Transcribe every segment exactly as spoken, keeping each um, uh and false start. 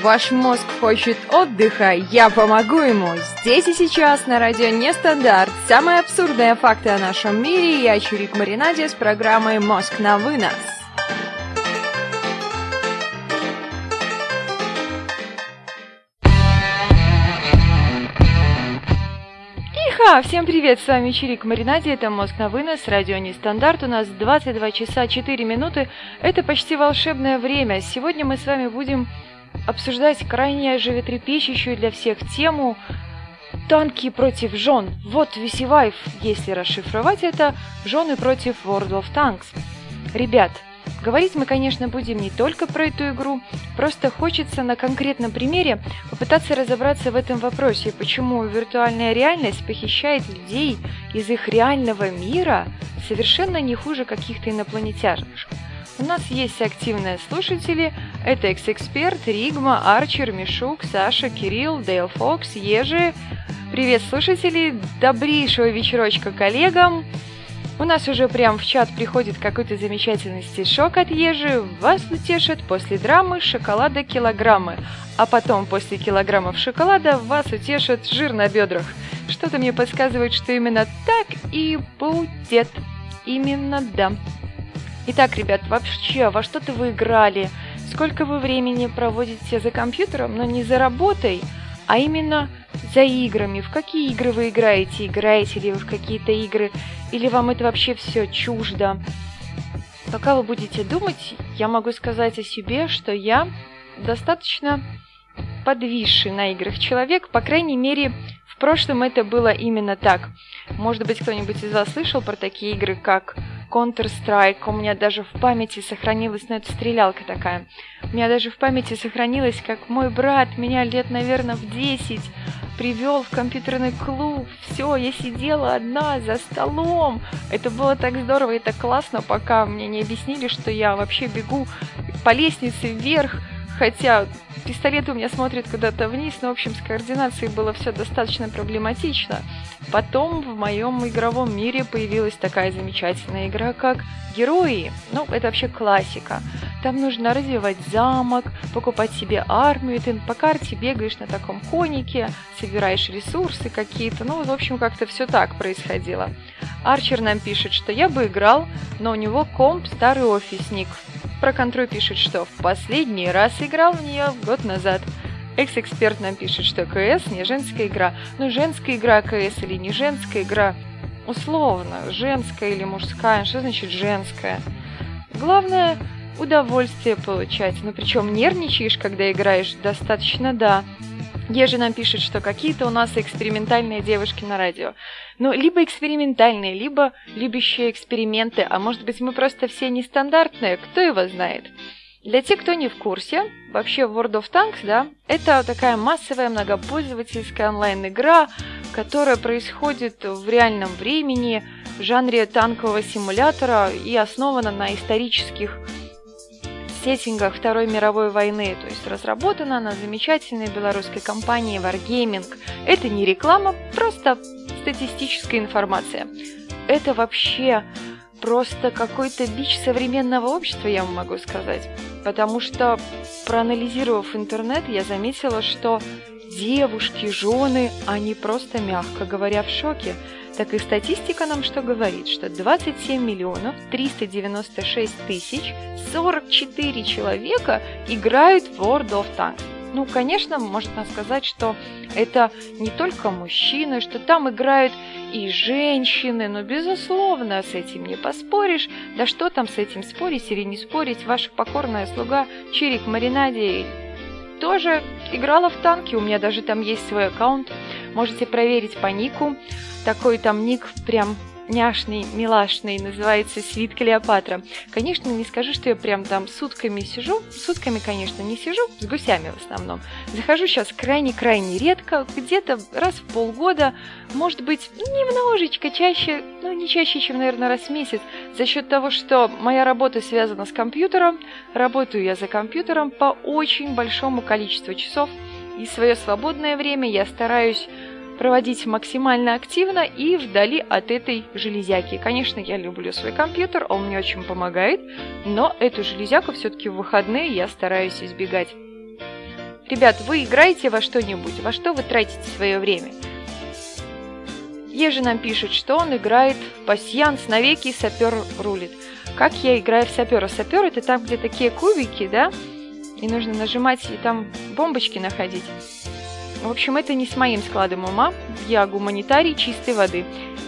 Ваш мозг хочет отдыха, я помогу ему. Здесь и сейчас на радио Нестандарт. Самые абсурдные факты о нашем мире. Я Чирик Маринаде с программой «Мозг на вынос». Иха! Всем привет! С вами Чирик Маринаде. Это «Мозг на вынос», радио Нестандарт. У нас двадцать два часа четыре минуты. Это почти волшебное время. Сегодня мы с вами будем обсуждать крайне животрепещущую для всех тему «Танки против жен». Вот висевайф, если расшифровать это, жены против World of Tanks. Ребят, говорить мы, конечно, будем не только про эту игру, просто хочется на конкретном примере попытаться разобраться в этом вопросе, почему виртуальная реальность похищает людей из их реального мира совершенно не хуже каких-то инопланетян. У нас есть активные слушатели, это Экс-Эксперт, Ригма, Арчер, Мишук, Саша, Кирилл, Дейл Фокс, Ежи. Привет, слушатели, добрейшего вечерочка коллегам. У нас уже прям в чат приходит какой-то замечательный стишок от Ежи. Вас утешат после драмы шоколада килограммы, а потом после килограммов шоколада вас утешит жир на бедрах. Что-то мне подсказывает, что именно так и будет. Именно да. Итак, ребят, вообще, во что-то вы играли? Сколько вы времени проводите за компьютером, но не за работой, а именно за играми? В какие игры вы играете? Играете ли вы в какие-то игры? Или вам это вообще все чуждо? Пока вы будете думать, я могу сказать о себе, что я достаточно подвисший на играх человек. По крайней мере, в прошлом это было именно так. Может быть, кто-нибудь из вас слышал про такие игры, как Counter-Strike. У меня даже в памяти сохранилась, ну это стрелялка такая, у меня даже в памяти сохранилось, как мой брат меня лет, наверное, в десять привел в компьютерный клуб. Все, я сидела одна за столом. Это было так здорово и так классно, пока мне не объяснили, что я вообще бегу по лестнице вверх, хотя пистолет у меня смотрит куда-то вниз, но, в общем, с координацией было все достаточно проблематично. Потом в моем игровом мире появилась такая замечательная игра, как Герои. Ну, это вообще классика. Там нужно развивать замок, покупать себе армию, ты по карте бегаешь на таком конике, собираешь ресурсы какие-то. Ну, в общем, как-то все так происходило. Арчер нам пишет, что я бы играл, но у него комп старый офисник. Про Контроль пишет, что в последний раз играл в нее год назад. Экс-Эксперт нам пишет, что КС не женская игра. Ну, женская игра КС или не женская игра? Условно, женская или мужская. Что значит женская? Главное, удовольствие получать. Ну, причем нервничаешь, когда играешь, достаточно, да. Ежи нам пишет, что какие-то у нас экспериментальные девушки на радио. Ну, либо экспериментальные, либо любящие эксперименты, а может быть мы просто все нестандартные, кто его знает. Для тех, кто не в курсе, вообще World of Tanks, да, это такая массовая многопользовательская онлайн-игра, которая происходит в реальном времени в жанре танкового симулятора и основана на исторических сеттингах Второй мировой войны, то есть разработана на замечательной белорусской компании Wargaming. Это не реклама, просто статистическая информация. Это вообще просто какой-то бич современного общества, я вам могу сказать. Потому что, проанализировав интернет, я заметила, что девушки, жены, они просто, мягко говоря, в шоке. Так и статистика нам что говорит, что двадцать семь миллионов триста девяносто шесть тысяч сорок четыре человека играют в World of Tanks. Ну, конечно, можно сказать, что это не только мужчины, что там играют и женщины, но, безусловно, с этим не поспоришь. Да что там с этим спорить или не спорить? Ваша покорная слуга Чирик Маринаде тоже играла в танки, у меня даже там есть свой аккаунт, можете проверить по нику. Такой там ник прям няшный, милашный, называется Свит Клеопатра. Конечно, не скажу, что я прям там сутками сижу. Сутками, конечно, не сижу, с гусями в основном. Захожу сейчас крайне-крайне редко, где-то раз в полгода, может быть, немножечко чаще, ну не чаще, чем, наверное, раз в месяц, за счет того, что моя работа связана с компьютером, работаю я за компьютером по очень большому количеству часов, и свое свободное время я стараюсь проводить максимально активно и вдали от этой железяки. Конечно, я люблю свой компьютер, он мне очень помогает, но эту железяку все-таки в выходные я стараюсь избегать. Ребят, вы играете во что-нибудь? Во что вы тратите свое время? Ежи нам пишет, что он играет в пасьянс навеки, сапер рулит. Как я играю в сапера? Сапер — это там, где такие кубики, да? И нужно нажимать и там бомбочки находить. В общем, это не с моим складом ума. Я гуманитарий чистой воды.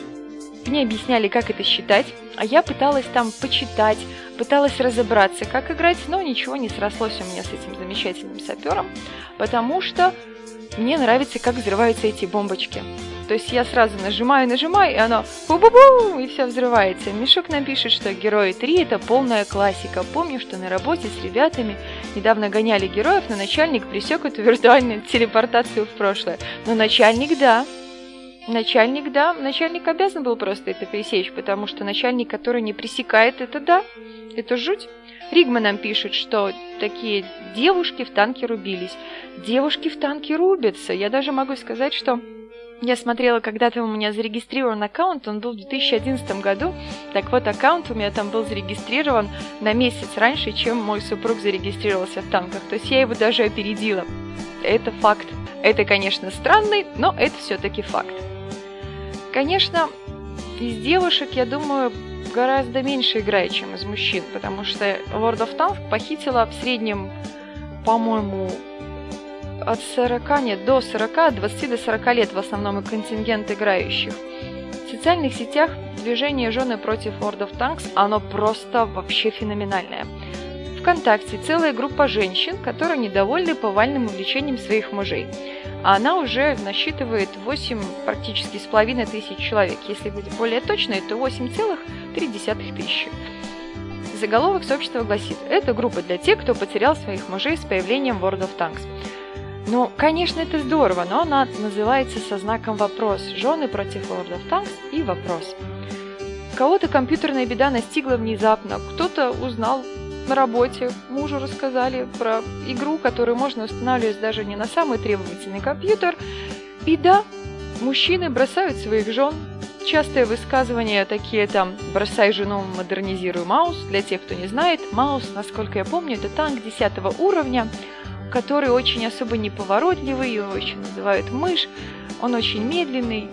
Мне объясняли, как это считать, а я пыталась там почитать, пыталась разобраться, как играть, но ничего не срослось у меня с этим замечательным сапером, потому что мне нравится, как взрываются эти бомбочки. То есть я сразу нажимаю, нажимаю, и оно бу-бу-бу, и все взрывается. Мишок нам пишет, что «Герои три» — это полная классика. Помню, что на работе с ребятами недавно гоняли героев, но начальник пресек эту виртуальную телепортацию в прошлое. Но начальник, да. Начальник, да. Начальник обязан был просто это пресечь, потому что начальник, который не пресекает, это да. Это жуть. Ригма нам пишет, что такие девушки в танке рубились. Девушки в танке рубятся. Я даже могу сказать, что я смотрела, когда-то у меня зарегистрирован аккаунт, он был в две тысячи одиннадцатом году. Так вот, аккаунт у меня там был зарегистрирован на месяц раньше, чем мой супруг зарегистрировался в танках. То есть я его даже опередила. Это факт. Это, конечно, странный, но это все-таки факт. Конечно, из девушек, я думаю, гораздо меньше играет, чем из мужчин, потому что World of Tanks похитила в среднем, по-моему, от сорока, нет, до сорока, от двадцати до сорока лет в основном и контингент играющих. В социальных сетях движение «Жены против World of Tanks», оно просто вообще феноменальное. ВКонтакте целая группа женщин, которые недовольны повальным увлечением своих мужей. А она уже насчитывает восемь практически с половиной тысяч человек. Если быть более точно, это восемь целых три десятых тысячи. Заголовок сообщества гласит: это группа для тех, кто потерял своих мужей с появлением World of Tanks. Ну, конечно, это здорово, но она называется со знаком вопрос. Жены против World of Tanks и вопрос. Кого-то компьютерная беда настигла внезапно, кто-то узнал на работе, мужу рассказали про игру, которую можно устанавливать даже не на самый требовательный компьютер. И да, мужчины бросают своих жен. Частые высказывания такие там: бросай жену, модернизируй маус. Для тех, кто не знает, маус, насколько я помню, это танк десятого уровня, который очень особо неповоротливый, его еще называют мышь. Он очень медленный.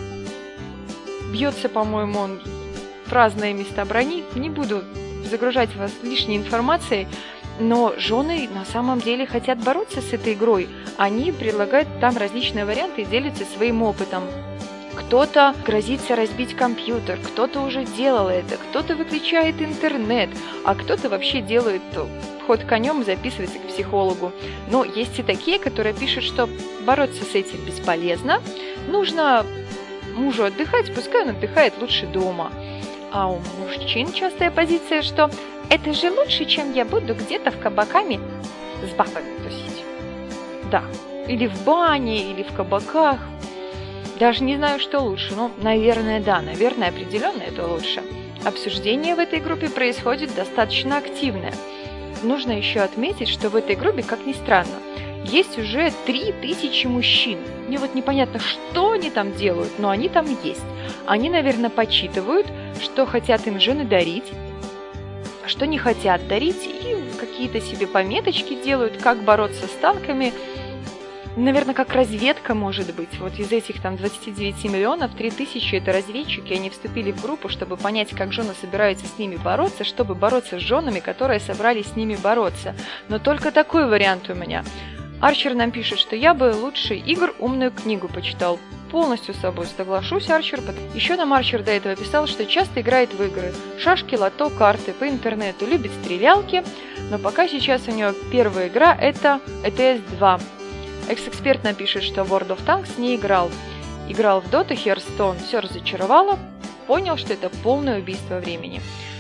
Бьется, по-моему, он в разные места брони. Не буду загружать вас лишней информацией, но жены на самом деле хотят бороться с этой игрой. Они предлагают там различные варианты и делятся своим опытом. Кто-то грозится разбить компьютер, кто-то уже делал это, кто-то выключает интернет, а кто-то вообще делает ход конем, записывается к психологу. Но есть и такие, которые пишут, что бороться с этим бесполезно, нужно мужу отдыхать, пускай он отдыхает лучше дома. А у мужчин частая позиция, что это же лучше, чем я буду где-то в кабаками с бабами тусить. Да, или в бане, или в кабаках. Даже не знаю, что лучше. Ну, наверное, да, наверное, определенно это лучше. Обсуждение в этой группе происходит достаточно активное. Нужно еще отметить, что в этой группе, как ни странно, есть уже три тысячи мужчин. Мне вот непонятно, что они там делают, но они там есть. Они, наверное, подсчитывают, что хотят им жены дарить, что не хотят дарить, и какие-то себе пометочки делают, как бороться с танками. Наверное, как разведка, может быть. Вот из этих там двадцати девяти миллионов, три тысячи это разведчики, они вступили в группу, чтобы понять, как жены собираются с ними бороться, чтобы бороться с женами, которые собрались с ними бороться. Но только такой вариант у меня. Арчер нам пишет, что я бы лучше игр умную книгу почитал. Полностью с собой соглашусь, Арчер. Еще нам Арчер до этого писал, что часто играет в игры. Шашки, лото, карты, по интернету, любит стрелялки. Но пока сейчас у него первая игра это и ти эс два. Экс-эксперт напишет, что в World of Tanks не играл. Играл в Dota, Hearthstone, все разочаровало. Понял, что это полное убийство времени.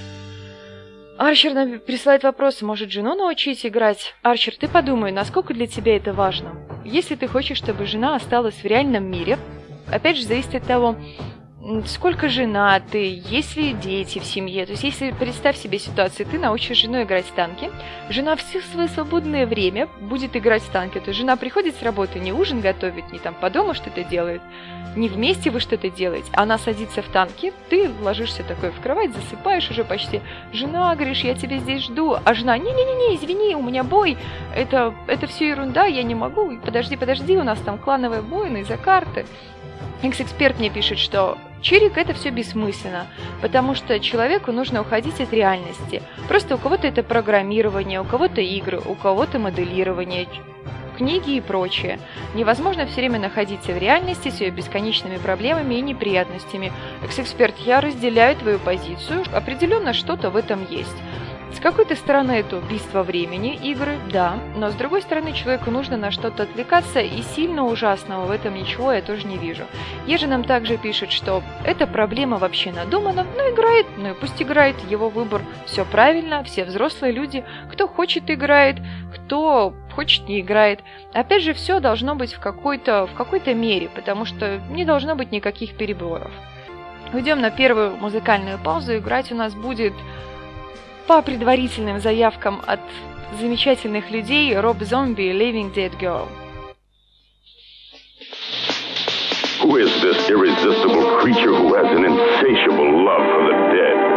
Арчер нам присылает вопрос, может жену научить играть? Арчер, ты подумай, насколько для тебя это важно. Если ты хочешь, чтобы жена осталась в реальном мире, опять же, зависит от того, сколько женат ты, есть ли дети в семье. То есть, если представь себе ситуацию, ты научишь жену играть в танки, жена все свое свободное время будет играть в танки. То есть, жена приходит с работы, не ужин готовит, не там по дому что-то делает, не вместе вы что-то делаете, она садится в танки, ты ложишься такой в кровать, засыпаешь уже почти. Жена, говоришь, я тебя здесь жду, а жена, не-не-не, извини, у меня бой, это, это все ерунда, я не могу, подожди, подожди, у нас там клановые войны из-за карты. Экс-эксперт мне пишет, что Чирик это все бессмысленно, потому что человеку нужно уходить от реальности. Просто у кого-то это программирование, у кого-то игры, у кого-то моделирование, книги и прочее. Невозможно все время находиться в реальности с ее бесконечными проблемами и неприятностями. Экс-эксперт, я разделяю твою позицию, определенно что-то в этом есть. С какой-то стороны это убийство времени, игры, да, но с другой стороны человеку нужно на что-то отвлекаться, и сильно ужасного в этом ничего я тоже не вижу. Ежи нам также пишет, что эта проблема вообще надумана, но играет, ну и пусть играет, его выбор, все правильно, все взрослые люди, кто хочет играет, кто хочет не играет. Опять же, все должно быть в какой-то, в какой-то мере, потому что не должно быть никаких переборов. Уйдем на первую музыкальную паузу, играть у нас будет... По предварительным заявкам от замечательных людей Роб Зомби «Living Dead Girl». Who is this irresistible creature who has an insatiable love for the dead?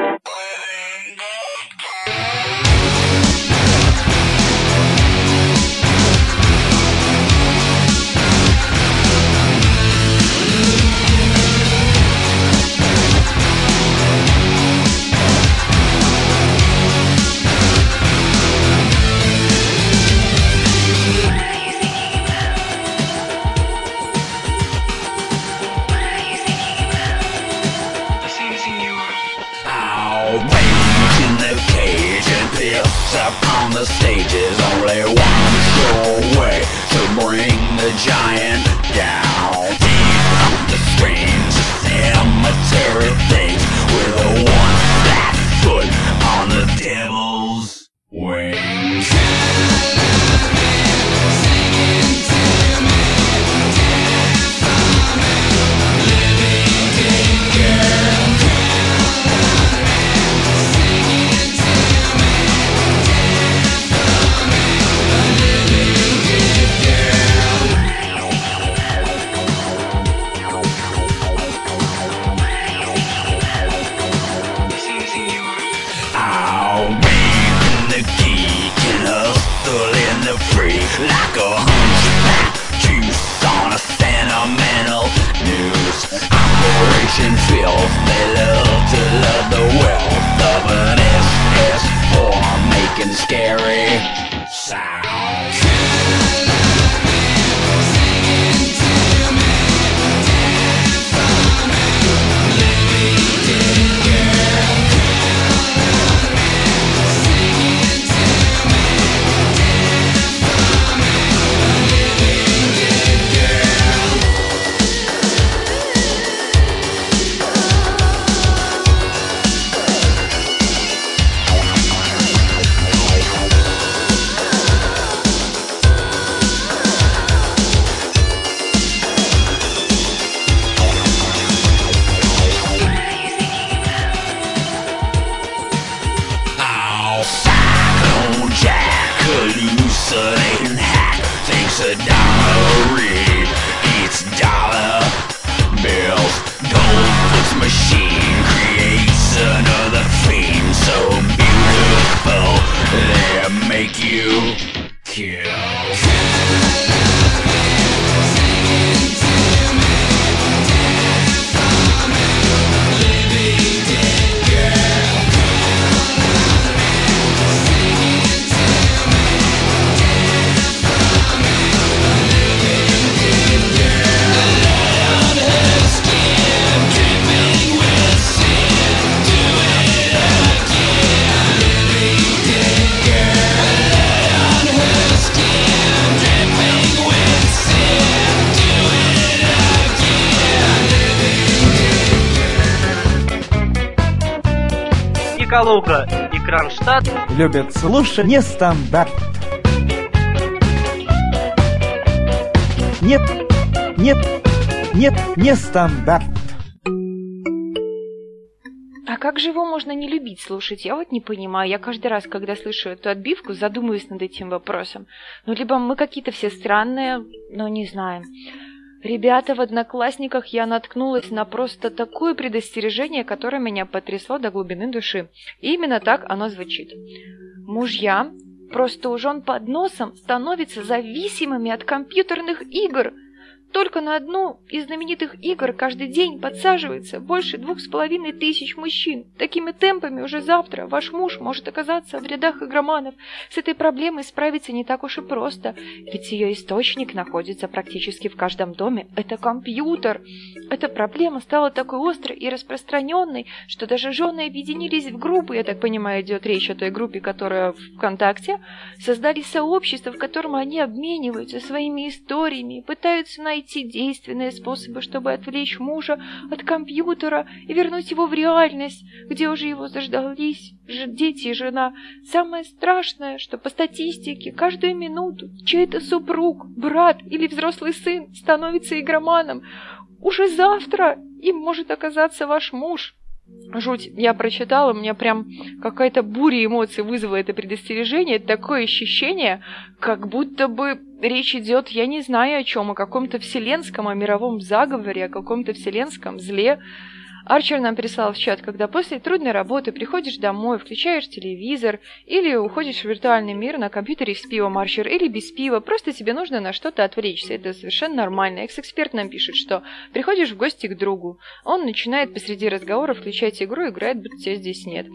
Upon the stage is only one sure way to bring the giant down. Deep on the screens, cemetery things with a one flat foot on the devil's wings. Like a hunchback juice on a sentimental news Operation Filth. They love to love the wealth of an S S four making scary sounds. Hallucinating hack thinks a dollar read eats dollar bills. Goldfoot's machine creates another fiend so beautiful they make you kill. Калуга и Кронштадт любят слушать нестандарт. Нет, нет, нет, не стандарт. А как же его можно не любить слушать? Я вот не понимаю. Я каждый раз, когда слышу эту отбивку, задумываюсь над этим вопросом. Ну, либо мы какие-то все странные, ну, не знаю. Ребята, в «Одноклассниках» я наткнулась на просто такое предостережение, которое меня потрясло до глубины души. И именно так оно звучит. Мужья просто у жен под носом становятся зависимыми от компьютерных игр. Только на одну из знаменитых игр каждый день подсаживается больше двух с половиной тысяч мужчин. Такими темпами уже завтра ваш муж может оказаться в рядах игроманов. С этой проблемой справиться не так уж и просто, ведь ее источник находится практически в каждом доме. Это компьютер. Эта проблема стала такой острой и распространенной, что даже жены объединились в группы, я так понимаю, идет речь о той группе, которая в ВКонтакте, создали сообщество, в котором они обмениваются своими историями, пытаются найти найти действенные способы, чтобы отвлечь мужа от компьютера и вернуть его в реальность, где уже его заждались дети и жена. Самое страшное, что по статистике каждую минуту чей-то супруг, брат или взрослый сын становится игроманом. Уже завтра им может оказаться ваш муж. Жуть, я прочитала, у меня прям какая-то буря эмоций вызвало это предостережение, такое ощущение, как будто бы речь идет, я не знаю о чем, о каком-то вселенском, о мировом заговоре, о каком-то вселенском зле. Арчер нам прислал в чат, когда после трудной работы приходишь домой, включаешь телевизор или уходишь в виртуальный мир на компьютере с пивом, Арчер, или без пива, просто тебе нужно на что-то отвлечься, это совершенно нормально. Экс-эксперт нам пишет, что приходишь в гости к другу, он начинает посреди разговора включать игру, играет, будто тебя здесь нет.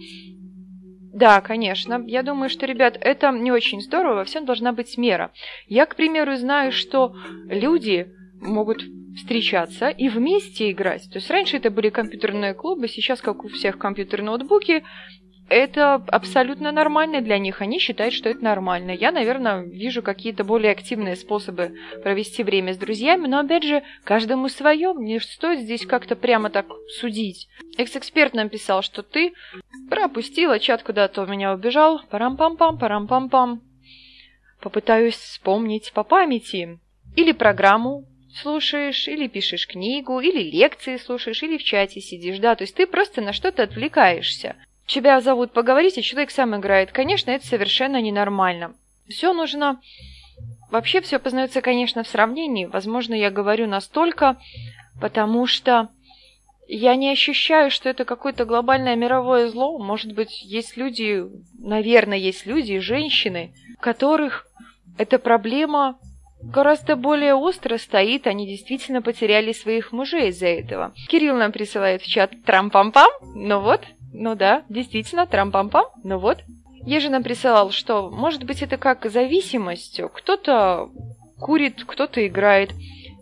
Да, конечно. Я думаю, что, ребят, это не очень здорово, во всем должна быть мера. Я, к примеру, знаю, что люди могут встречаться и вместе играть. То есть раньше это были компьютерные клубы, сейчас, как у всех, компьютер-ноутбуки. Это абсолютно нормально для них. Они считают, что это нормально. Я, наверное, вижу какие-то более активные способы провести время с друзьями, но, опять же, каждому свое. Не стоит здесь как-то прямо так судить. Экс-эксперт нам писал, что ты пропустила, чат куда-то у меня убежал. Парам-пам-пам, парам-пам-пам. Попытаюсь вспомнить по памяти. Или программу слушаешь, или пишешь книгу, или лекции слушаешь, или в чате сидишь. Да, то есть ты просто на что-то отвлекаешься. Тебя зовут поговорить, а человек сам играет. Конечно, это совершенно ненормально. Все нужно... Вообще все познается, конечно, в сравнении. Возможно, я говорю настолько, потому что я не ощущаю, что это какое-то глобальное мировое зло. Может быть, есть люди, наверное, есть люди, женщины, которых эта проблема гораздо более остро стоит. Они действительно потеряли своих мужей из-за этого. Кирилл нам присылает в чат трам-пам-пам. Ну вот. Ну да, действительно, трам-пам-пам, ну вот. Ежи нам присылал, что, может быть, это как зависимость. Кто-то курит, кто-то играет.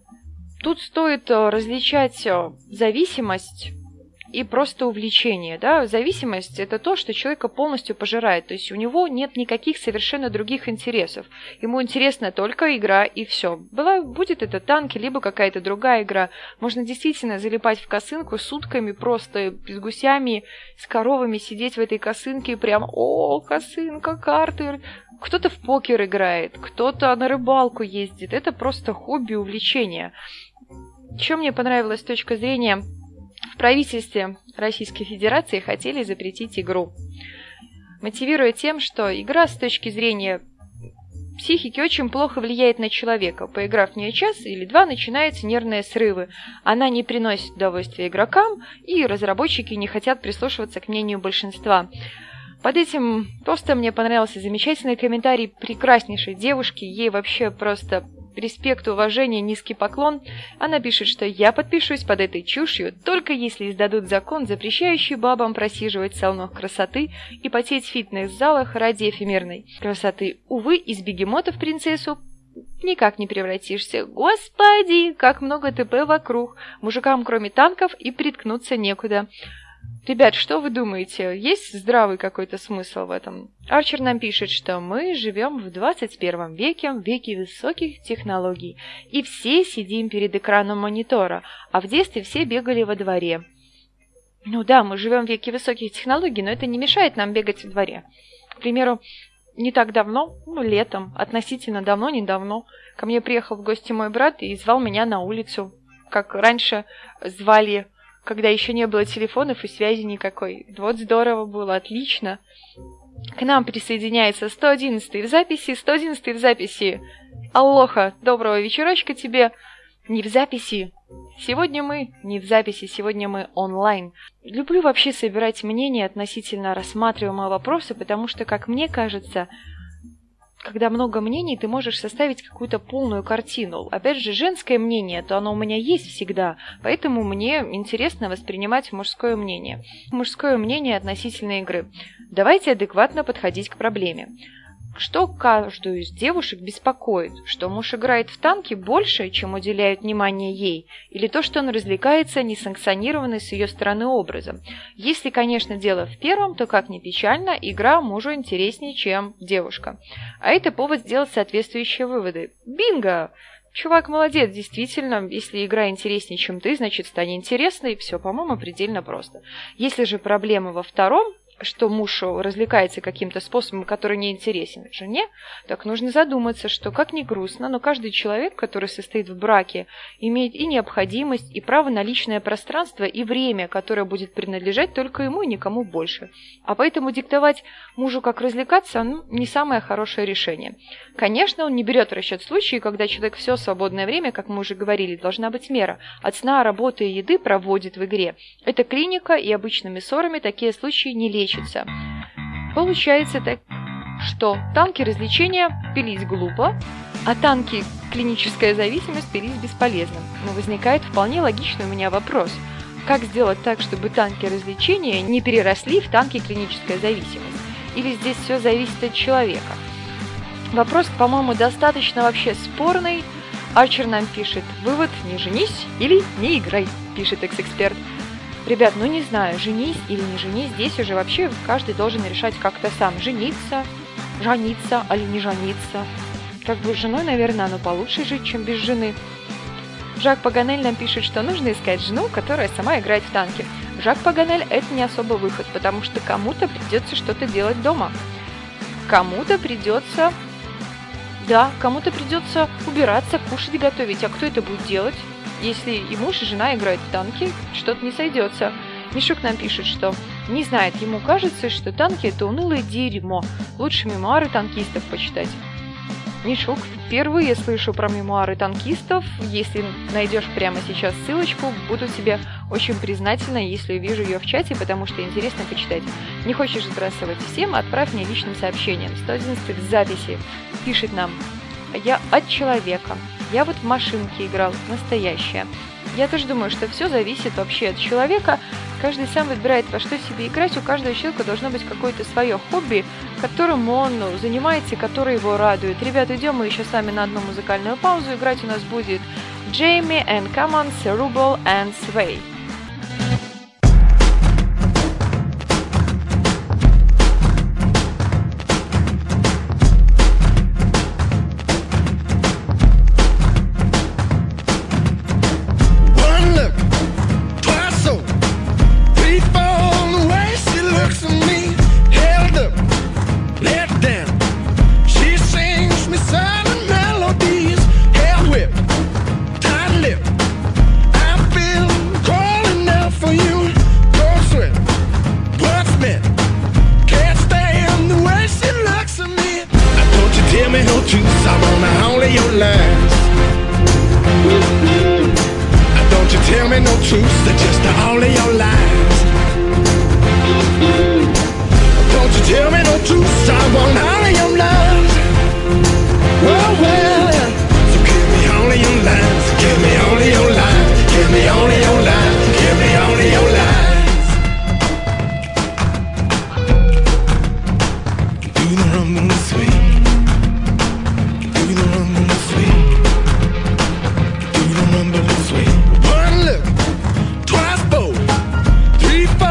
Тут стоит различать зависимость и просто увлечение. Да? Зависимость – это то, что человека полностью пожирает. То есть у него нет никаких совершенно других интересов. Ему интересна только игра и все. Была, будет это танки, либо какая-то другая игра. Можно действительно залипать в косынку сутками, просто с гусями, с коровами сидеть в этой косынке и прям «О, косынка, карты!» Кто-то в покер играет, кто-то на рыбалку ездит. Это просто хобби, увлечение. Еще мне понравилась точка зрения... В правительстве Российской Федерации хотели запретить игру, мотивируя тем, что игра с точки зрения психики очень плохо влияет на человека. Поиграв в нее час или два, начинаются нервные срывы. Она не приносит удовольствия игрокам, и разработчики не хотят прислушиваться к мнению большинства. Под этим постом мне понравился замечательный комментарий прекраснейшей девушки. Ей вообще просто... респект, уважение, низкий поклон. Она пишет, что я подпишусь под этой чушью, только если издадут закон, запрещающий бабам просиживать в салонах красоты и потеть в фитнес-залах ради эфемерной красоты. Увы, из бегемота в принцессу никак не превратишься. Господи, как много ТП вокруг. Мужикам кроме танков и приткнуться некуда. Ребят, что вы думаете? Есть здравый какой-то смысл в этом? Арчер нам пишет, что мы живем в двадцать первом веке, в веке высоких технологий, и все сидим перед экраном монитора, а в детстве все бегали во дворе. Ну да, мы живем в веке высоких технологий, но это не мешает нам бегать во дворе. К примеру, не так давно, ну летом, относительно давно, недавно, ко мне приехал в гости мой брат и звал меня на улицу, как раньше звали когда еще не было телефонов и связи никакой. Вот здорово было, отлично. К нам присоединяется сто одиннадцатый в записи, сто одиннадцатый в записи. Алоха, доброго вечерочка тебе. Не в записи. Сегодня мы не в записи, сегодня мы онлайн. Люблю вообще собирать мнения относительно рассматриваемого вопроса, потому что, как мне кажется, когда много мнений, ты можешь составить какую-то полную картину. Опять же, женское мнение, то оно у меня есть всегда, поэтому мне интересно воспринимать мужское мнение. Мужское мнение относительно игры. Давайте адекватно подходить к проблеме. Что каждую из девушек беспокоит? Что муж играет в танки больше, чем уделяет внимание ей? Или то, что он развлекается несанкционированным с ее стороны образом? Если, конечно, дело в первом, то, как ни печально, игра мужу интереснее, чем девушка. А это повод сделать соответствующие выводы. Бинго! Чувак молодец, действительно, если игра интереснее, чем ты, значит, стань интересной. Все, по-моему, предельно просто. Если же проблема во втором, что муж развлекается каким-то способом, который не интересен жене, так нужно задуматься, что, как ни грустно, но каждый человек, который состоит в браке, имеет и необходимость, и право на личное пространство, и время, которое будет принадлежать только ему и никому больше. А поэтому диктовать мужу, как развлекаться, ну, не самое хорошее решение. Конечно, он не берет в расчет случаи, когда человек все свободное время, как мы уже говорили, должна быть мера. От сна, работы и еды проводит в игре. Это клиника, и обычными ссорами такие случаи не лечат. Получается так, что танки развлечения пилить глупо, а танки клиническая зависимость пилить бесполезно. Но возникает вполне логичный у меня вопрос. Как сделать так, чтобы танки развлечения не переросли в танки клиническая зависимость? Или здесь все зависит от человека? Вопрос, по-моему, достаточно вообще спорный. Арчер нам пишет: вывод: не женись или не играй, пишет экс-эксперт. Ребят, ну не знаю, женись или не женись, здесь уже вообще каждый должен решать как-то сам. Жениться, жениться или не жениться. Как бы с женой, наверное, оно получше жить, чем без жены. Жак Паганель нам пишет, что нужно искать жену, которая сама играет в танки. Жак Паганель – это не особо выход, потому что кому-то придется что-то делать дома. Кому-то придется... Да, кому-то придется убираться, кушать, готовить. А кто это будет делать? Если и муж, и жена играют в танки, что-то не сойдется. Мишук нам пишет, что не знает, ему кажется, что танки – это унылое дерьмо. Лучше мемуары танкистов почитать. Мишук, впервые слышу про мемуары танкистов. Если найдешь прямо сейчас ссылочку, буду тебе очень признательна, если увижу ее в чате, потому что интересно почитать. Не хочешь сбрасывать всем, отправь мне личным сообщением. сто одиннадцатый в записи пишет нам: я от человека. Я вот в машинке играл, настоящая. Я тоже думаю, что все зависит вообще от человека. Каждый сам выбирает, во что себе играть. У каждого человека должно быть какое-то свое хобби, которым он ну, занимается, которое его радует. Ребята, идем мы еще с вами на одну музыкальную паузу. Играть у нас будет Jamie and Common, Cerebral and Sway.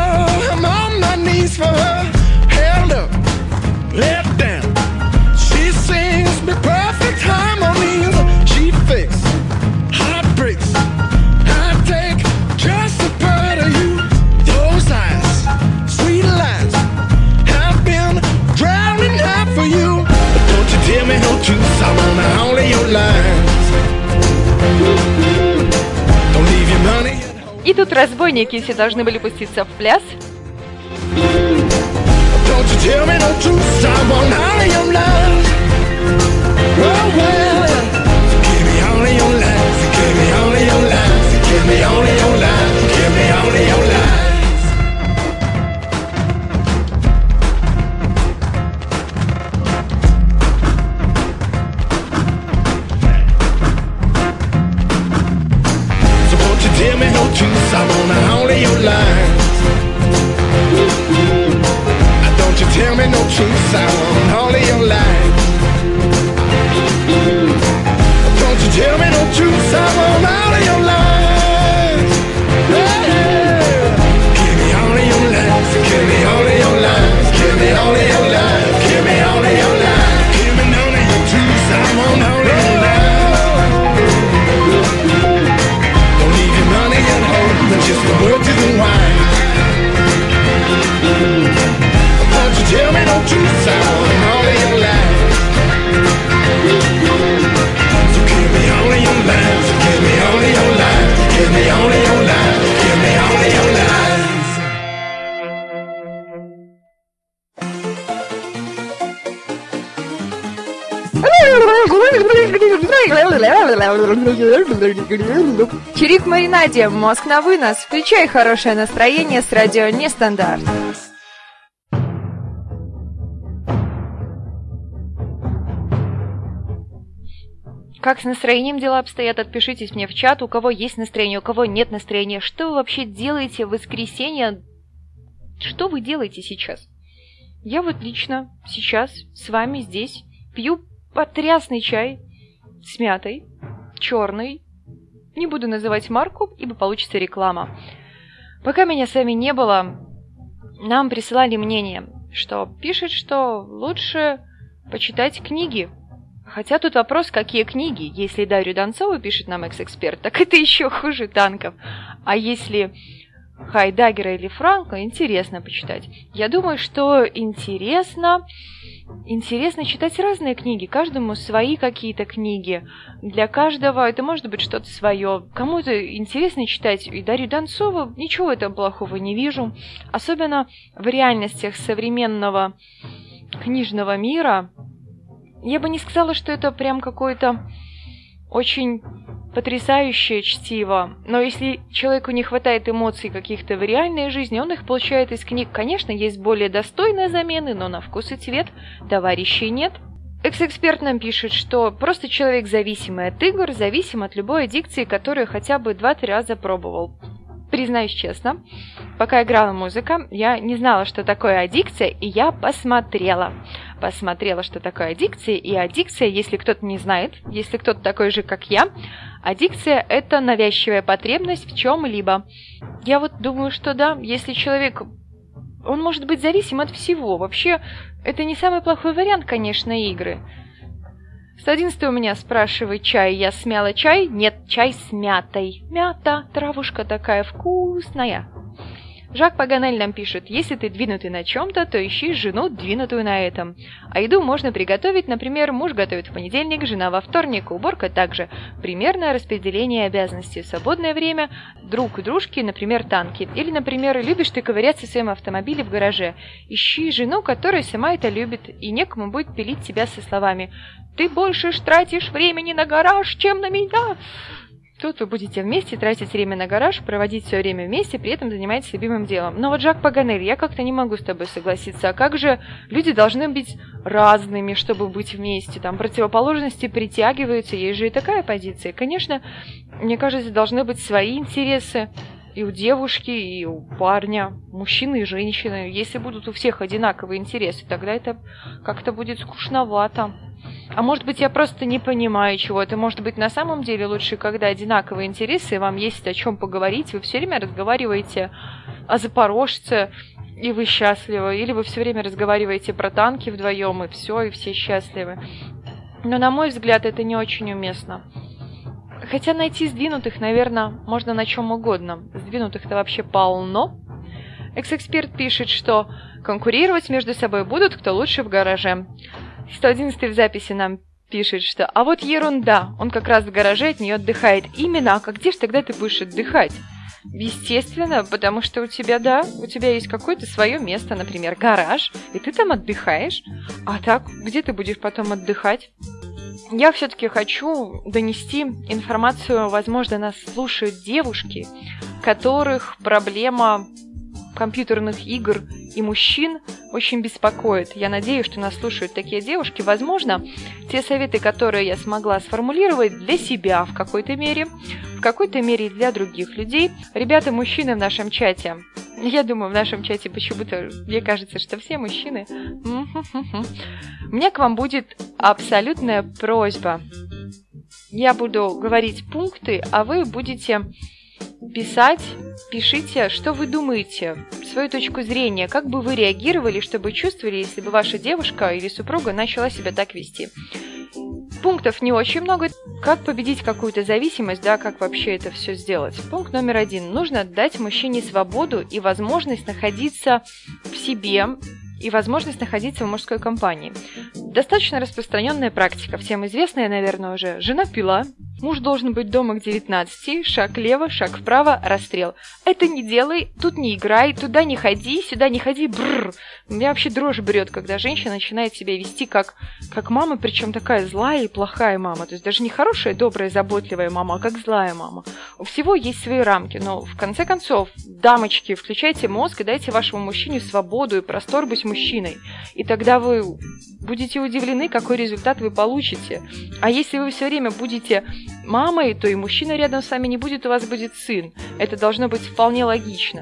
For her, held up, left down. She's разбойники все должны были пуститься в пляс. Don't you tell me no truth, I want all of your love. Oh well, give me all of your lies, give me all of your lies, give me all of your lies, give me all of your lies. So won't you tell me no truth, I want all of your lies. Don't you tell me no truth, I want all of your lies. Don't you tell me no truth, I want all of your lies. Yeah. Give me all of your lies, give me all of your lies, give me all of your lies, give me all of your lies. Give me none of your truth, I want all of your lies. Don't need your money and hope, but just the words and wine. Don't you tell me no truth, I want all of your lies. So give me all of your lies, give me all of your lies, give me all of your lies, give me all of your lies. Чирик в маринаде, мозг на вынос. Включай хорошее настроение с радио Нестандарт. Как с настроением дела обстоят? Отпишитесь мне в чат, у кого есть настроение, у кого нет настроения. Что вы вообще делаете в воскресенье? Что вы делаете сейчас? Я вот лично сейчас с вами здесь пью потрясный чай с мятой, черный. Не буду называть марку, ибо получится реклама. Пока меня с вами не было, нам присылали мнение, что пишет, что лучше почитать книги. Хотя тут вопрос, какие книги. Если Дарью Донцову пишет нам экс-эксперт, так это еще хуже танков. А если Хайдаггера или Франка, интересно почитать. Я думаю, что интересно, интересно читать разные книги. Каждому свои какие-то книги. Для каждого это может быть что-то свое. Кому-то интересно читать и Дарью Донцову, ничего в этом плохого не вижу. Особенно в реальностях современного книжного мира. Я бы не сказала, что это прям какое-то очень потрясающее чтиво, но если человеку не хватает эмоций каких-то в реальной жизни, он их получает из книг. Конечно, есть более достойные замены, но на вкус и цвет товарищей нет. Экс-эксперт нам пишет, что просто человек зависимый от игр, зависим от любой аддикции, которую хотя бы два-три раза пробовал. Признаюсь честно, пока играла музыка, я не знала, что такое аддикция, и я посмотрела. Посмотрела, что такое аддикция, и аддикция, если кто-то не знает, если кто-то такой же, как я, аддикция – это навязчивая потребность в чем-либо. Я вот думаю, что да, если человек, он может быть зависим от всего. Вообще, это не самый плохой вариант, конечно, игры. сто одиннадцатый у меня спрашивает чай. Я смяла чай? Нет, чай с мятой. Мята, травушка такая вкусная. Жак Паганель нам пишет, если ты двинутый на чем-то, то ищи жену, двинутую на этом. А еду можно приготовить, например, муж готовит в понедельник, жена во вторник, уборка также. Примерное распределение обязанностей. В свободное время друг дружки, например, танки. Или, например, любишь ты ковыряться в своем автомобиле в гараже. Ищи жену, которая сама это любит, и некому будет пилить тебя со словами «Ты больше тратишь времени на гараж, чем на меня!» Тут вы будете вместе тратить время на гараж, проводить все время вместе, при этом занимаетесь любимым делом. Но вот, Жак Паганель, я как-то не могу с тобой согласиться. А как же люди должны быть разными, чтобы быть вместе? Там противоположности притягиваются, есть же и такая позиция. Конечно, мне кажется, должны быть свои интересы и у девушки, и у парня, мужчины и женщины. Если будут у всех одинаковые интересы, тогда это как-то будет скучновато. А может быть, я просто не понимаю чего-то. Может быть, на самом деле лучше, когда одинаковые интересы, вам есть о чем поговорить, вы все время разговариваете о Запорожце, и вы счастливы. Или вы все время разговариваете про танки вдвоем, и все, и все счастливы. Но, на мой взгляд, это не очень уместно. Хотя найти сдвинутых, наверное, можно на чем угодно. Сдвинутых-то вообще полно. Экс-эксперт пишет, что конкурировать между собой будут, кто лучше в гараже. сто одиннадцатый в записи нам пишет, что «А вот ерунда, он как раз в гараже от нее отдыхает». Именно, а как где ж тогда ты будешь отдыхать? Естественно, потому что у тебя, да, у тебя есть какое-то свое место, например, гараж, и ты там отдыхаешь. А так, где ты будешь потом отдыхать? Я все-таки хочу донести информацию, возможно, нас слушают девушки, которых проблема компьютерных игр и мужчин очень беспокоит. Я надеюсь, что нас слушают такие девушки. Возможно, те советы, которые я смогла сформулировать для себя в какой-то мере, в какой-то мере и для других людей. Ребята, мужчины в нашем чате, я думаю, в нашем чате почему-то, мне кажется, что все мужчины. У меня к вам будет абсолютная просьба. Я буду говорить пункты, а вы будете писать, пишите, что вы думаете, свою точку зрения, как бы вы реагировали, что бы чувствовали, если бы ваша девушка или супруга начала себя так вести. Пунктов не очень много. Как победить какую-то зависимость, да, как вообще это все сделать? Пункт номер один. Нужно дать мужчине свободу и возможность находиться в себе, и возможность находиться в мужской компании. Достаточно распространенная практика, всем известная, наверное, уже. Жена пила, муж должен быть дома к девятнадцати, шаг влево, шаг вправо, расстрел. Это не делай, тут не играй, туда не ходи, сюда не ходи, бррр. Меня вообще дрожь берет, когда женщина начинает себя вести как, как мама, причем такая злая и плохая мама. То есть даже не хорошая, добрая, заботливая мама, а как злая мама. У всего есть свои рамки, но в конце концов, дамочки, включайте мозг и дайте вашему мужчине свободу и простор быть мужчиной. И тогда вы будете удивлены, какой результат вы получите. А если вы все время будете мамой, то и мужчина рядом с вами не будет, у вас будет сын. Это должно быть вполне логично.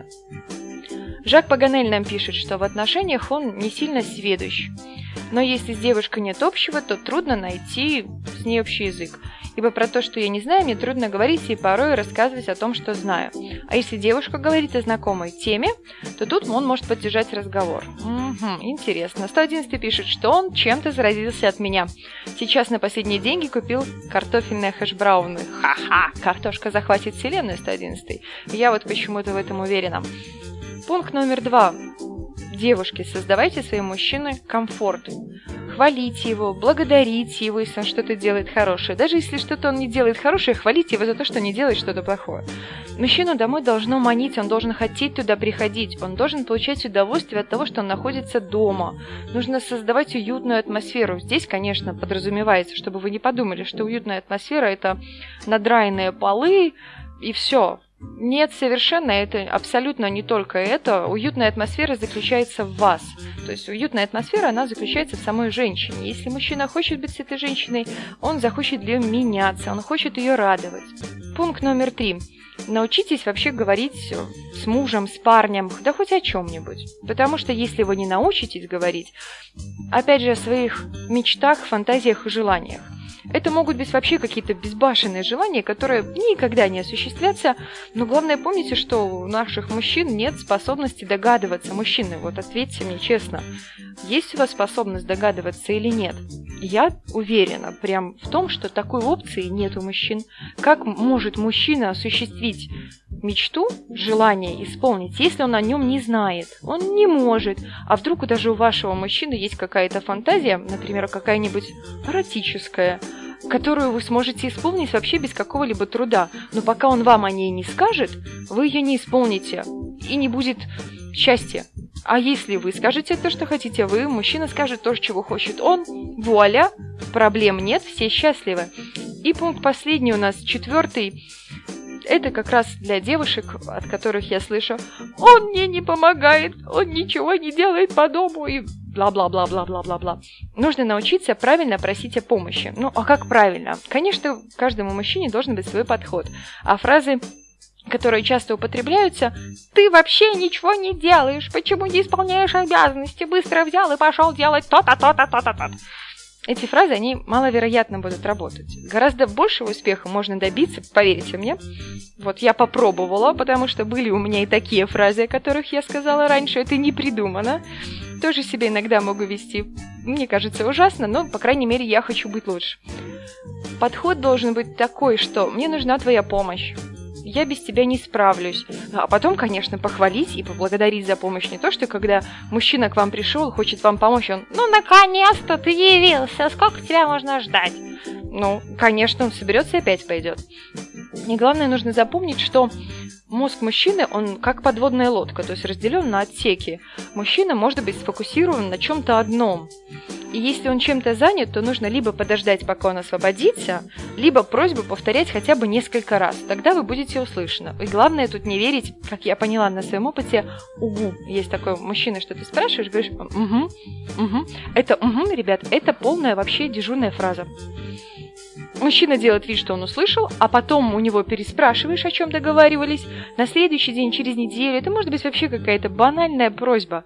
Жак Паганель нам пишет, что в отношениях он не сильно сведущ. Но если с девушкой нет общего, то трудно найти с ней общий язык. Ибо про то, что я не знаю, мне трудно говорить и порой рассказывать о том, что знаю. А если девушка говорит о знакомой теме, то тут он может поддержать разговор. Угу, интересно. сто одиннадцатый пишет, что он чем-то заразился от меня. Сейчас на последние деньги купил картофельные хэшбрауны. Ха-ха, картошка захватит вселенную, сто одиннадцатый. Я вот почему-то в этом уверена. Пункт номер два. Девушки, создавайте своему мужчине комфорт. Хвалите его, благодарите его, если он что-то делает хорошее. Даже если что-то он не делает хорошее, хвалите его за то, что не делает что-то плохое. Мужчину домой должно манить, он должен хотеть туда приходить, он должен получать удовольствие от того, что он находится дома. Нужно создавать уютную атмосферу. Здесь, конечно, подразумевается, чтобы вы не подумали, что уютная атмосфера – это надраенные полы и все. Нет, совершенно, это абсолютно не только это. Уютная атмосфера заключается в вас. То есть уютная атмосфера, она заключается в самой женщине. Если мужчина хочет быть с этой женщиной, он захочет для нее меняться, он хочет ее радовать. Пункт номер три. Научитесь вообще говорить с мужем, с парнем, да хоть о чем-нибудь. Потому что если вы не научитесь говорить, опять же, о своих мечтах, фантазиях и желаниях, это могут быть вообще какие-то безбашенные желания, которые никогда не осуществлятся. Но главное, помните, что у наших мужчин нет способности догадываться. Мужчины, вот ответьте мне честно, есть у вас способность догадываться или нет? Я уверена прям в том, что такой опции нет у мужчин. Как может мужчина осуществить мечту, желание исполнить, если он о нем не знает? Он не может. А вдруг даже у вашего мужчины есть какая-то фантазия, например, какая-нибудь эротическая, которую вы сможете исполнить вообще без какого-либо труда. Но пока он вам о ней не скажет, вы ее не исполните. И не будет счастья. А если вы скажете то, что хотите вы, мужчина скажет то, чего хочет он, вуаля, проблем нет, все счастливы. И пункт последний у нас, четвертый. Это как раз для девушек, от которых я слышу: он мне не помогает, он ничего не делает по дому и бла-бла-бла-бла-бла-бла-бла. Нужно научиться правильно просить о помощи. Ну, а как правильно? Конечно, каждому мужчине должен быть свой подход. А фразы, которые часто употребляются: ты вообще ничего не делаешь, почему не исполняешь обязанности, быстро взял и пошел делать то-то, то-то, то-то, то-то. Эти фразы, они маловероятно будут работать. Гораздо большего успеха можно добиться, поверьте мне. Вот я попробовала, потому что были у меня и такие фразы, о которых я сказала раньше. Это не придумано. Тоже себя иногда могу вести, мне кажется, ужасно, но, по крайней мере, я хочу быть лучше. Подход должен быть такой, что мне нужна твоя помощь. Я без тебя не справлюсь. А потом, конечно, похвалить и поблагодарить за помощь. Не то, что когда мужчина к вам пришел, хочет вам помочь, он: ну, наконец-то ты явился, сколько тебя можно ждать? Ну, конечно, он соберется и опять пойдет. И главное, нужно запомнить, что Мозг мужчины, он как подводная лодка, то есть разделен на отсеки. Мужчина может быть сфокусирован на чем-то одном. И если он чем-то занят, то нужно либо подождать, пока он освободится, либо просьбу повторять хотя бы несколько раз. Тогда вы будете услышаны. И главное тут не верить, как я поняла на своем опыте, угу. Есть такой мужчина, что ты спрашиваешь, говоришь, угу, угу. Это угу, ребят, это полная вообще дежурная фраза. Мужчина делает вид, что он услышал, а потом у него переспрашиваешь, о чем договаривались. На следующий день, через неделю. Это может быть вообще какая-то банальная просьба.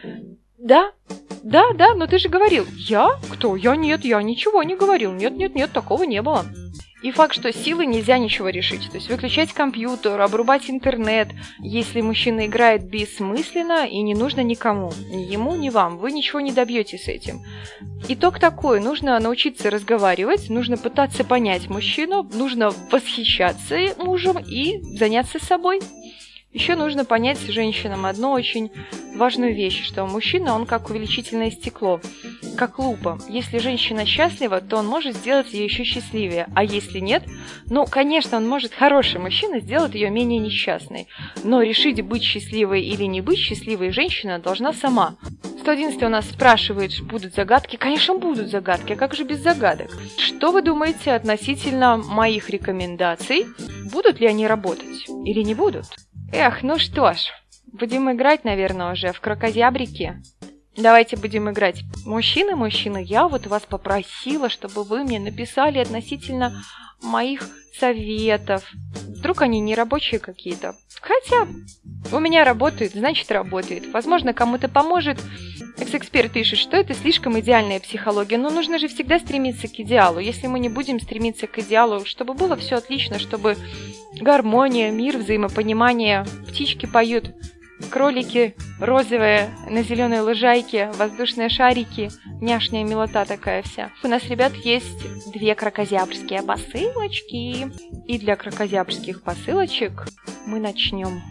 Да, да, да, но ты же говорил. Я? Кто? Я нет, я ничего не говорил. Нет, нет, нет, такого не было. И факт, что силой нельзя ничего решить. То есть выключать компьютер, обрубать интернет, если мужчина играет бессмысленно и не нужно никому. Ни ему, ни вам. Вы ничего не добьетесь с этим. Итог такой. Нужно научиться разговаривать, нужно пытаться понять мужчину, нужно восхищаться мужем и заняться собой. Еще нужно понять женщинам одну очень важную вещь, что мужчина, он как увеличительное стекло, как лупа. Если женщина счастлива, то он может сделать ее еще счастливее, а если нет, ну, конечно, он может, хороший мужчина, сделать ее менее несчастной. Но решить, быть счастливой или не быть счастливой, женщина должна сама. сто одиннадцатый у нас спрашивает, будут загадки? Конечно, будут загадки, а как же без загадок? Что вы думаете относительно моих рекомендаций? Будут ли они работать или не будут? Эх, ну что ж, будем играть, наверное, уже в крокозябрики. Давайте будем играть. Мужчины, мужчины, я вот вас попросила, чтобы вы мне написали относительно моих советов. Вдруг они не рабочие какие-то. Хотя у меня работает, значит работает. Возможно, кому-то поможет. Экс-эксперт пишет, что это слишком идеальная психология. Но нужно же всегда стремиться к идеалу. Если мы не будем стремиться к идеалу, чтобы было все отлично, чтобы гармония, мир, взаимопонимание, птички поют, кролики розовые на зеленой лужайке, воздушные шарики, няшная милота такая вся. У нас, ребят, есть две крокозябрские посылочки. И для крокозябрских посылочек мы начнем.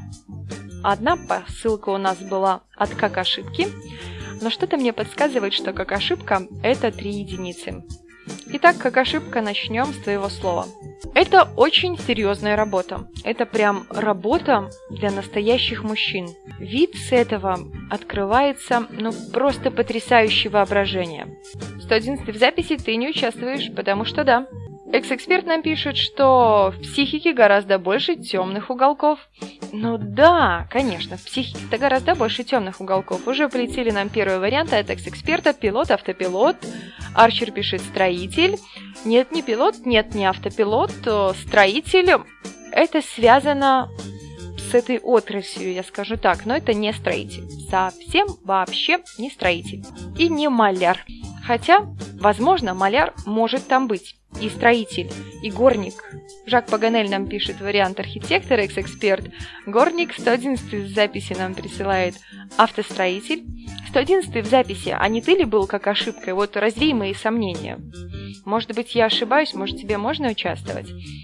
Одна посылка у нас была от как ошибки, но что-то мне подсказывает, что как ошибка это три единицы. Итак, как ошибка, начнем с твоего слова. Это очень серьезная работа. Это прям работа для настоящих мужчин. Вид с этого открывается, ну, просто потрясающее воображение. сто одиннадцатый в записи ты не участвуешь, потому что да. Экс-эксперт нам пишет, что в психике гораздо больше темных уголков. Ну да, конечно, в психике-то гораздо больше темных уголков. Уже полетели нам первые варианты от экс-эксперта. Пилот, автопилот. Арчер пишет строитель. Нет, не пилот, нет, не автопилот. Строитель. Это связано с этой отраслью, я скажу так. Но это не строитель. Совсем вообще не строитель. И не маляр. Хотя, возможно, маляр может там быть. И строитель, и горник. Жак Паганель нам пишет вариант архитектор, экс-эксперт. Горник. Сто одиннадцатый в записи нам присылает автостроитель. сто одиннадцатый в записи. А не ты ли был как ошибкой? Вот развей мои сомнения. Может быть, я ошибаюсь, может, тебе можно участвовать?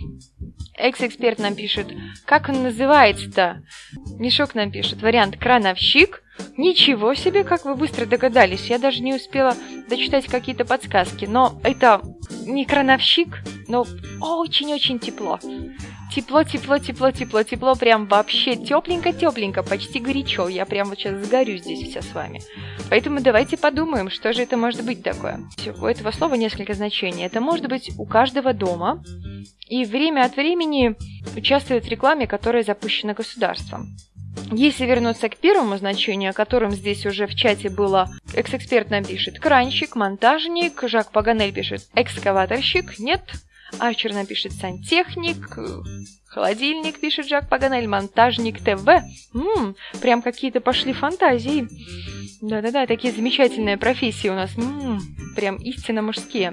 Экс-эксперт нам пишет, как он называется-то? Мешок нам пишет вариант крановщик. Ничего себе, как вы быстро догадались. Я даже не успела дочитать какие-то подсказки. Но это не крановщик, но очень-очень тепло. Тепло, тепло, тепло, тепло, тепло. Прям вообще тепленько-тепленько, почти горячо. Я прям вот сейчас сгорю здесь вся с вами. Поэтому давайте подумаем, что же это может быть такое. У этого слова несколько значений. Это может быть у каждого дома. И время от времени участвует в рекламе, которая запущена государством. Если вернуться к первому значению, о котором здесь уже в чате было, экс-эксперт нам пишет кранщик, монтажник, Жак Паганель пишет экскаваторщик, нет, Арчер напишет сантехник, холодильник пишет Жак Паганель, монтажник ТВ. Ммм, прям какие-то пошли фантазии. Да-да-да, такие замечательные профессии у нас, ммм, прям истинно мужские.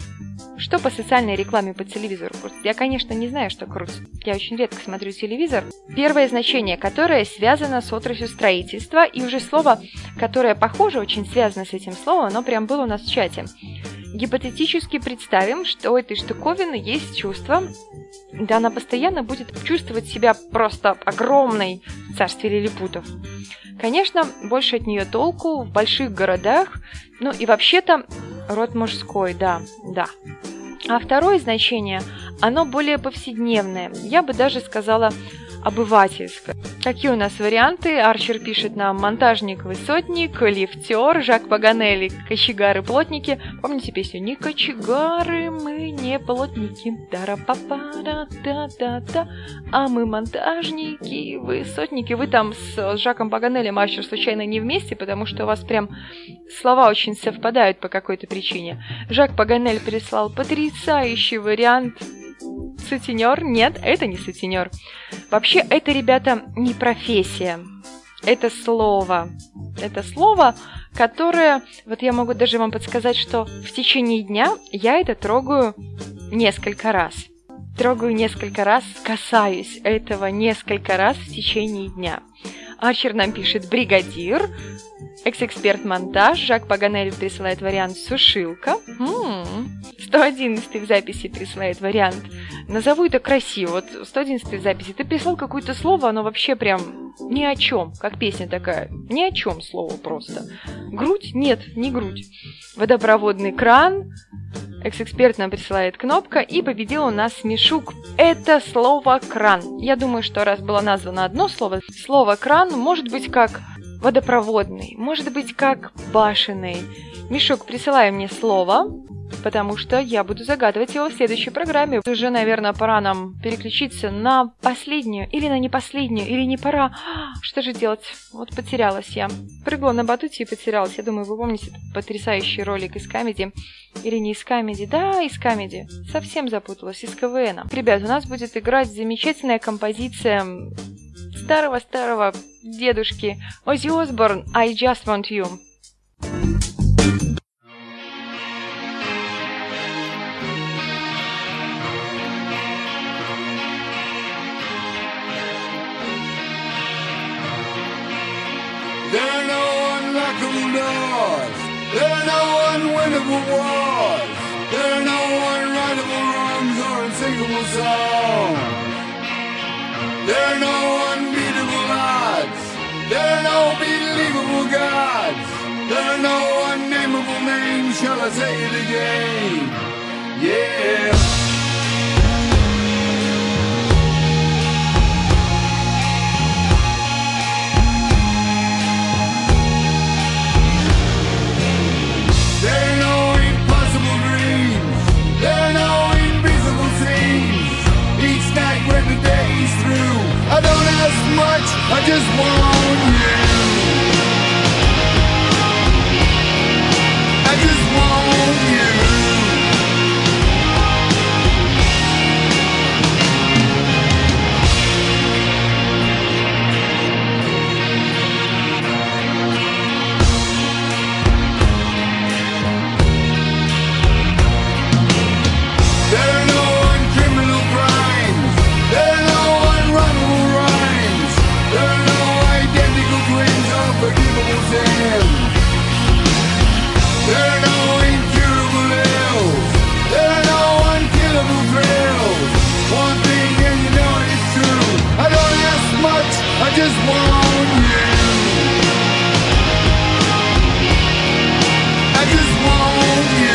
Что по социальной рекламе по телевизору крутится? Я, конечно, не знаю, что крутится. Я очень редко смотрю телевизор. Первое значение, которое связано с отраслью строительства, и уже слово, которое, похоже, очень связано с этим словом, оно прям было у нас в чате. Гипотетически представим, что у этой штуковины есть чувство, да она постоянно будет чувствовать себя просто огромной в царстве лилипутов. Конечно, больше от нее толку в больших городах, ну и вообще-то род мужской, да, да. А второе значение, оно более повседневное, я бы даже сказала обывательское. Какие у нас варианты? Арчер пишет нам монтажник-высотник, лифтер, Жак Паганелли, кочегары-плотники. Помните песню «Не кочегары, мы не плотники, да-ра-па-па-да-да-да-да, а мы монтажники, высотники». Вы там с Жаком Паганелли, Арчер, случайно не вместе, потому что у вас прям слова очень совпадают по какой-то причине. Жак Паганель прислал потрясающий вариант. Сутенер? Нет, это не сутенер. Вообще, это, ребята, не профессия. Это слово. Это слово, которое... Вот я могу даже вам подсказать, что в течение дня я это трогаю несколько раз. Трогаю несколько раз, касаюсь этого несколько раз в течение дня. Арчер нам пишет «бригадир», экс-эксперт монтаж, Жак Паганель присылает вариант «сушилка», м-м-м. сто одиннадцатый в записи присылает вариант «назову это красиво». Вот сто одиннадцатый в записи, ты прислал какое-то слово, оно вообще прям ни о чем, как песня такая, ни о чем слово просто. Грудь? Нет, не грудь. Водопроводный кран, экс-эксперт нам присылает кнопка, и победил у нас Мишук. Это слово «кран». Я думаю, что раз было названо одно слово, слово «кран» может быть как водопроводный, может быть как башенный. Мишук, присылай мне слово, потому что я буду загадывать его в следующей программе. Уже, наверное, пора нам переключиться на последнюю, или на не последнюю, или не пора. Что же делать? Вот потерялась я. Прыгла на батуте и потерялась. Я думаю, вы помните этот потрясающий ролик из комедии. Или не из комедии? Да, из комедии. Совсем запуталась, из КВН. Ребят, у нас будет играть замечательная композиция старого-старого дедушки Оззи Осборн «I Just Want You». There are no unlockable doors. There are no unwinnable wars. There are no unrightable wrongs or unsinkable songs. There are no unbeatable odds. There are no believable gods. There are no unnameable names. Shall I say it again? Yeah. I don't ask much, I just want you. I just want you. There are no uncriminal crimes. There are no unrunnable rhymes. There are no identical twins or forgivable sins. There are no incurable ills. There are no unkillable thrills. One thing and you know it's true. I don't ask much, I just want you. I just want you.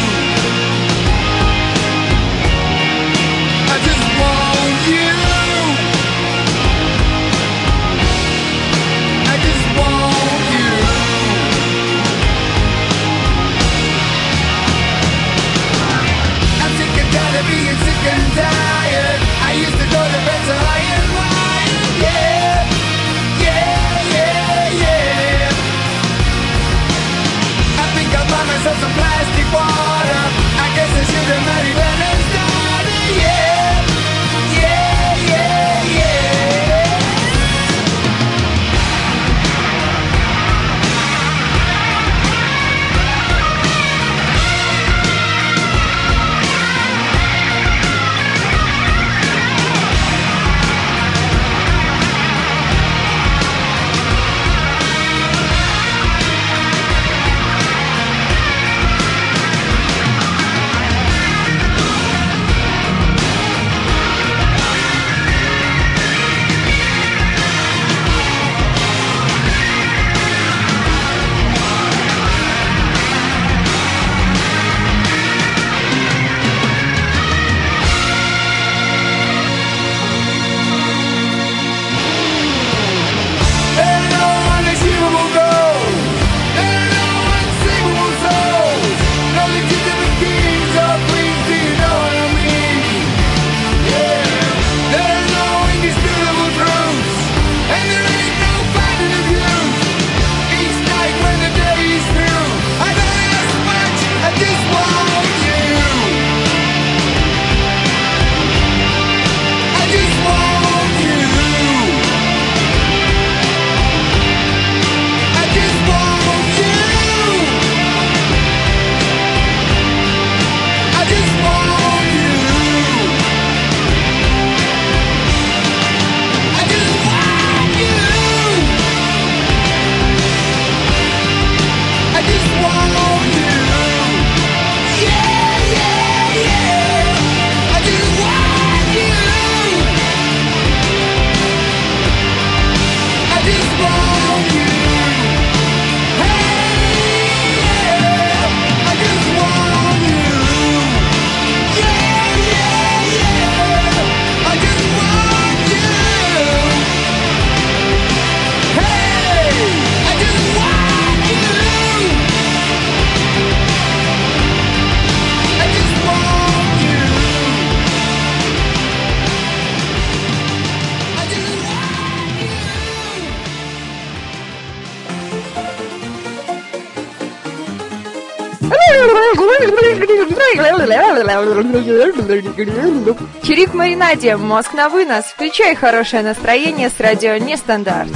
I just want you. I just want you. I'm sick and tired of being sick and tired. I used to go to bed so high and wired. Yeah, yeah, yeah, yeah. I think I'll buy myself some plastic water. I guess I should have married when I started. Yeah, yeah, yeah, yeah. Чирик в маринаде, мозг на вынос. Включай хорошее настроение с радио Нестандарт.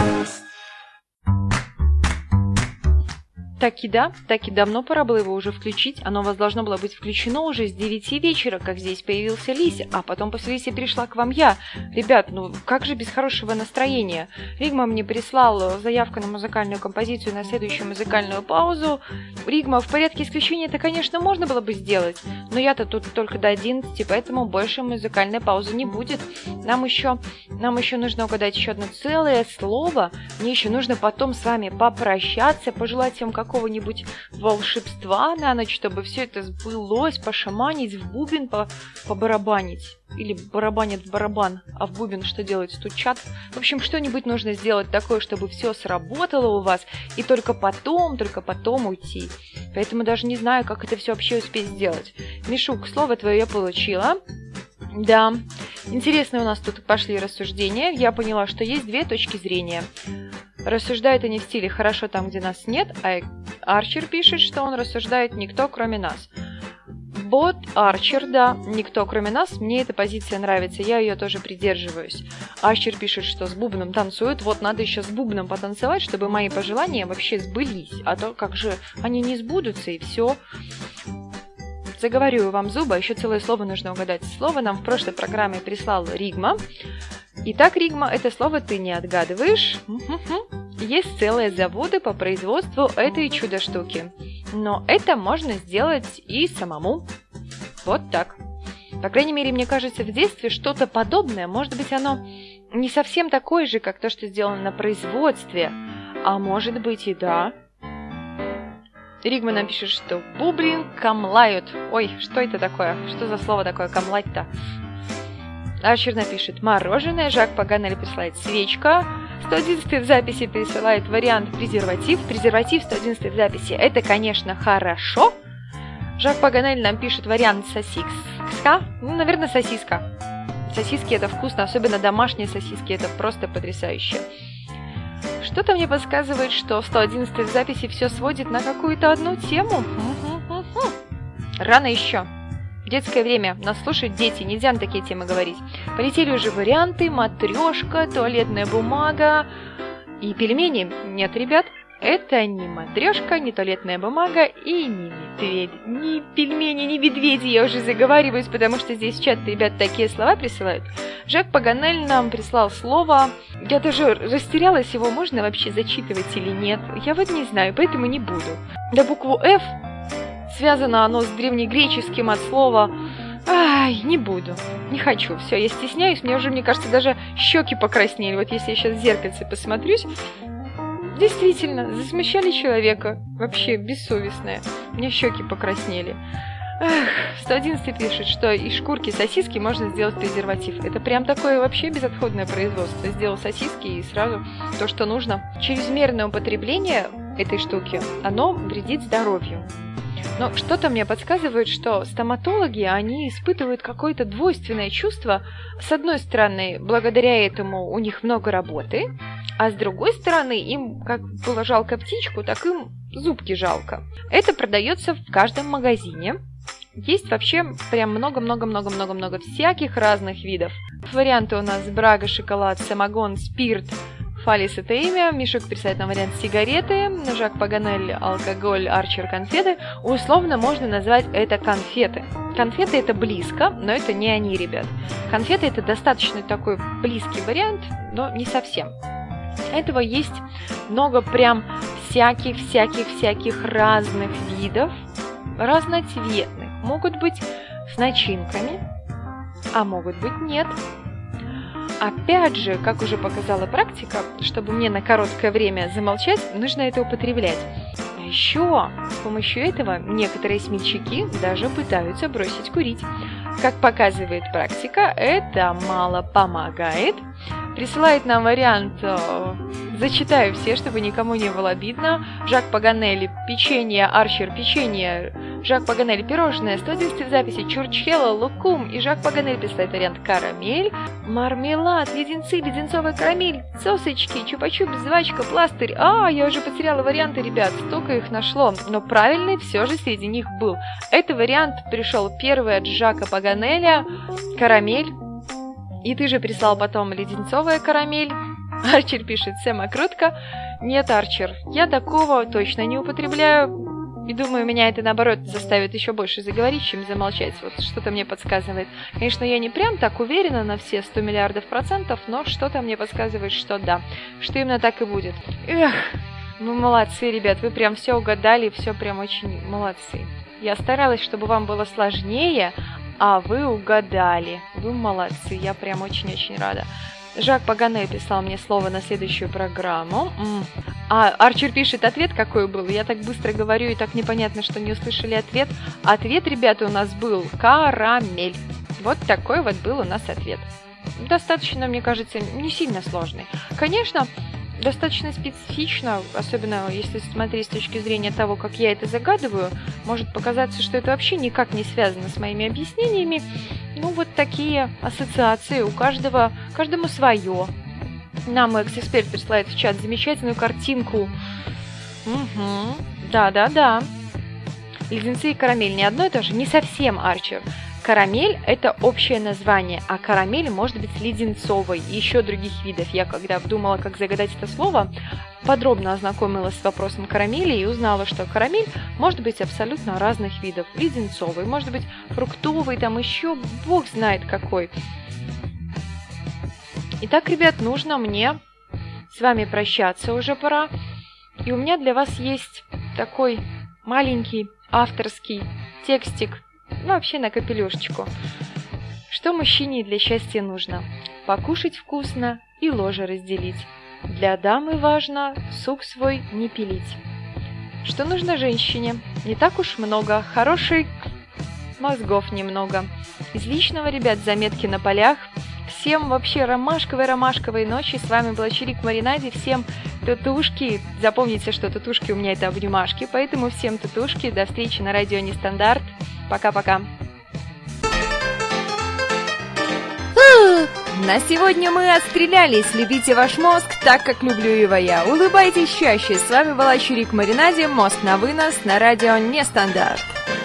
Так и да, так и давно пора было его уже включить. Оно у вас должно было быть включено уже с девяти вечера, как здесь появился Лися, а потом после Лиси пришла к вам я. Ребят, ну как же без хорошего настроения? Ригма мне прислал заявку на музыкальную композицию на следующую музыкальную паузу. Ригма, в порядке исключения это, конечно, можно было бы сделать, но я-то тут только до одиннадцати, поэтому больше музыкальной паузы не будет. Нам еще, нам еще нужно угадать еще одно целое слово. Мне еще нужно потом с вами попрощаться, пожелать вам как какого-нибудь волшебства на ночь, чтобы все это сбылось, пошаманить, в бубен по побарабанить. Или барабанят в барабан, а в бубен что делают? Стучат. В общем, что-нибудь нужно сделать такое, чтобы все сработало у вас, и только потом, только потом уйти. Поэтому даже не знаю, как это все вообще успеть сделать. Мишук, слово твое я получила. Да, интересно у нас тут пошли рассуждения. Я поняла, что есть две точки зрения. Рассуждают они в стиле «хорошо там, где нас нет», а Арчер пишет, что он рассуждает «никто, кроме нас». Бот Арчер, да, «никто, кроме нас», мне эта позиция нравится, я ее тоже придерживаюсь. Арчер пишет, что с бубном танцуют, вот надо еще с бубном потанцевать, чтобы мои пожелания вообще сбылись, а то как же они не сбудутся и все. Заговорю вам зубы, еще целое слово нужно угадать. Слово нам в прошлой программе прислал Ригма. Итак, Ригма, это слово ты не отгадываешь. Есть целые заводы по производству этой чудо-штуки. Но это можно сделать и самому. Вот так. По крайней мере, мне кажется, в детстве что-то подобное. Может быть, оно не совсем такое же, как то, что сделано на производстве. А может быть и да. Ригма нам пишет, что бублин камлают. Ой, что это такое? Что за слово такое камлать-то? Арчер напишет мороженое. Жак Паганель присылает свечка. сто одиннадцатый в записи присылает вариант презерватив. Презерватив сто одиннадцатый в записи. Это, конечно, хорошо. Жак Паганель нам пишет вариант сосиска. Ну, наверное, сосиска. Сосиски это вкусно, особенно домашние сосиски. Это просто потрясающе. Что-то мне подсказывает, что сто одиннадцатый в записи все сводит на какую-то одну тему. Рано еще. Детское время. Нас слушают дети, нельзя на такие темы говорить. Полетели уже варианты: матрешка, туалетная бумага и пельмени. Нет, ребят, это не матрешка, не туалетная бумага и не медведь. Ни пельмени, ни медведи. Я уже заговариваюсь, потому что здесь в чат ребят такие слова присылают. Жак Паганель нам прислал слово. Я даже растерялась, его можно вообще зачитывать или нет. Я вот не знаю, поэтому не буду. На букву F связано оно с древнегреческим от слова «Ай, не буду, не хочу». Все, я стесняюсь, мне уже, мне кажется, даже щеки покраснели. Вот если я сейчас в зеркальце посмотрюсь, действительно, засмущали человека. Вообще бессовестное. У меня щеки покраснели. Эх, сто одиннадцатый пишет, что из шкурки сосиски можно сделать презерватив. Это прям такое вообще безотходное производство. Сделал сосиски и сразу то, что нужно. Чрезмерное употребление этой штуки, оно вредит здоровью. Но что-то мне подсказывает, что стоматологи, они испытывают какое-то двойственное чувство. С одной стороны, благодаря этому у них много работы, а с другой стороны, им как было жалко птичку, так им зубки жалко. Это продается в каждом магазине. Есть вообще прям много-много-много-много-много всяких разных видов. Варианты у нас брага, шоколад, самогон, спирт. Фалис это имя, Мишек присылает нам вариант сигареты, Жак Паганель алкоголь, Арчер конфеты. Условно можно назвать это конфеты. Конфеты это близко, но это не они, ребят. Конфеты это достаточно такой близкий вариант, но не совсем. Этого есть много прям всяких-всяких-всяких разных видов, разноцветных. Могут быть с начинками, а могут быть нет. Опять же, как уже показала практика, чтобы мне на короткое время замолчать, нужно это употреблять. А еще с помощью этого некоторые смельчаки даже пытаются бросить курить. Как показывает практика, это мало помогает. присылает нам вариант, э, зачитаю все, чтобы никому не было обидно. Жак Паганелли, печенье, Арчер, печенье, Жак Паганелли, пирожное, сто десять в записи, Чурчхелло, лукум, и Жак Паганелли присылает вариант карамель, мармелад, леденцы, леденцовая карамель, сосочки, чупа-чуп, жвачка, пластырь. А, я уже потеряла варианты, ребят, столько их нашло, но правильный все же среди них был. Это вариант пришел первый от Жака Паганелли, карамель. И ты же прислал потом леденцовая карамель. Арчер пишет, самокрутка. Нет, Арчер, я такого точно не употребляю. И думаю, меня это, наоборот, заставит еще больше заговорить, чем замолчать. Вот что-то мне подсказывает. Конечно, я не прям так уверена на все сто миллиардов процентов, но что-то мне подсказывает, что да. Что именно так и будет. Эх, ну молодцы, ребят, вы прям все угадали, все прям очень молодцы. Я старалась, чтобы вам было сложнее, а вы угадали. Вы молодцы, я прям очень-очень рада. Жак Паганель прислал мне слово на следующую программу. М-м. А Арчер пишет, ответ какой был. Я так быстро говорю, и так непонятно, что не услышали ответ. Ответ, ребята, у нас был карамель. Вот такой вот был у нас ответ. Достаточно, мне кажется, не сильно сложный. Конечно, достаточно специфично, особенно если смотреть с точки зрения того, как я это загадываю, может показаться, что это вообще никак не связано с моими объяснениями. Ну, вот такие ассоциации, у каждого, каждому свое. Нам экс-эксперт присылает в чат замечательную картинку. Угу. Да-да-да. Леденцы и карамель не одно и то же, не совсем, Арчер. Карамель – это общее название, а карамель может быть леденцовой и еще других видов. Я, когда думала, как загадать это слово, подробно ознакомилась с вопросом карамели и узнала, что карамель может быть абсолютно разных видов. Леденцовый, может быть фруктовый, там еще бог знает какой. Итак, ребят, нужно мне с вами прощаться, уже пора. И у меня для вас есть такой маленький авторский текстик, вообще на капелюшечку. Что мужчине для счастья нужно? Покушать вкусно и ложе разделить. Для дамы важно суп свой не пилить. Что нужно женщине? Не так уж много. Хороший мозгов немного. Из личного, ребят, заметки на полях. Всем вообще ромашковой-ромашковой ночи. С вами была Чирик в Маринаде. Всем татушки. Запомните, что татушки у меня это обнимашки. Поэтому всем татушки. До встречи на радио Нестандарт. Пока-пока. На сегодня мы отстрелялись. Любите ваш мозг так, как люблю его я. Улыбайтесь чаще. С вами была Чирик в Маринаде. Мозг на вынос на радио Нестандарт.